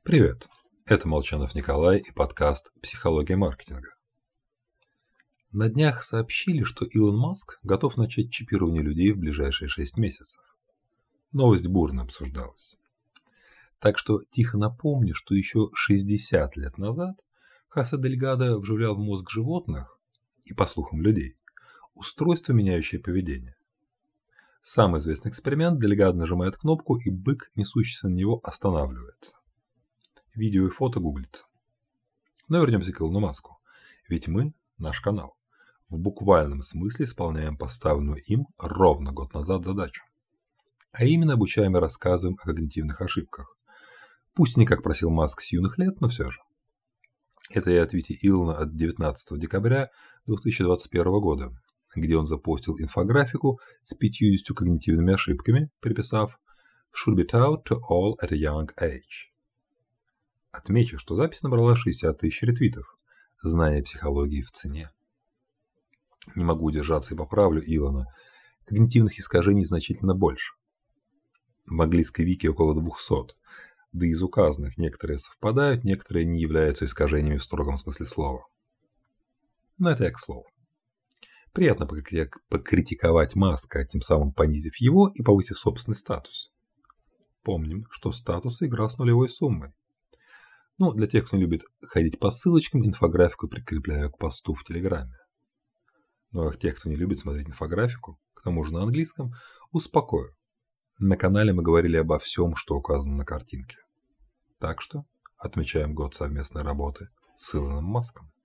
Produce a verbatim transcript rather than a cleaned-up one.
Привет, это Молчанов Николай и подкаст «Психология маркетинга». На днях сообщили, что Илон Маск готов начать чипирование людей в ближайшие шесть месяцев. Новость бурно обсуждалась. Так что тихо напомню, что еще шестьдесят лет назад Хосе Дельгадо вживлял в мозг животных, и по слухам людей, устройство, меняющее поведение. Самый известный эксперимент: Дельгадо нажимает кнопку, и бык, несущийся на него, останавливается. Видео и фото гуглится. Но вернемся к Илону Маску. Ведь мы, наш канал, в буквальном смысле исполняем поставленную им ровно год назад задачу. А именно обучаем и рассказываем о когнитивных ошибках. Пусть не как просил Маск с юных лет, но все же. Это я от Твита Илона от девятнадцатого декабря две тысячи двадцать первого года, где он запостил инфографику с пятьюдесятью когнитивными ошибками, приписав «should be taught to all at a young age». Отмечу, что запись набрала шестьдесят тысяч ретвитов. Знание психологии в цене. Не могу удержаться и поправлю Илона. Когнитивных искажений значительно больше. В английской вики около двухсот. Да из указанных некоторые совпадают, некоторые не являются искажениями в строгом смысле слова. Но это я к слову. Приятно покритиковать Маска, тем самым понизив его и повысив собственный статус. Помним, что статус – игра с нулевой суммой. Ну, для тех, кто не любит ходить по ссылочкам, инфографику прикрепляю к посту в Телеграме. Ну а тех, кто не любит смотреть инфографику, к тому же на английском, успокою. На канале мы говорили обо всем, что указано на картинке. Так что отмечаем год совместной работы с Илоном Маском.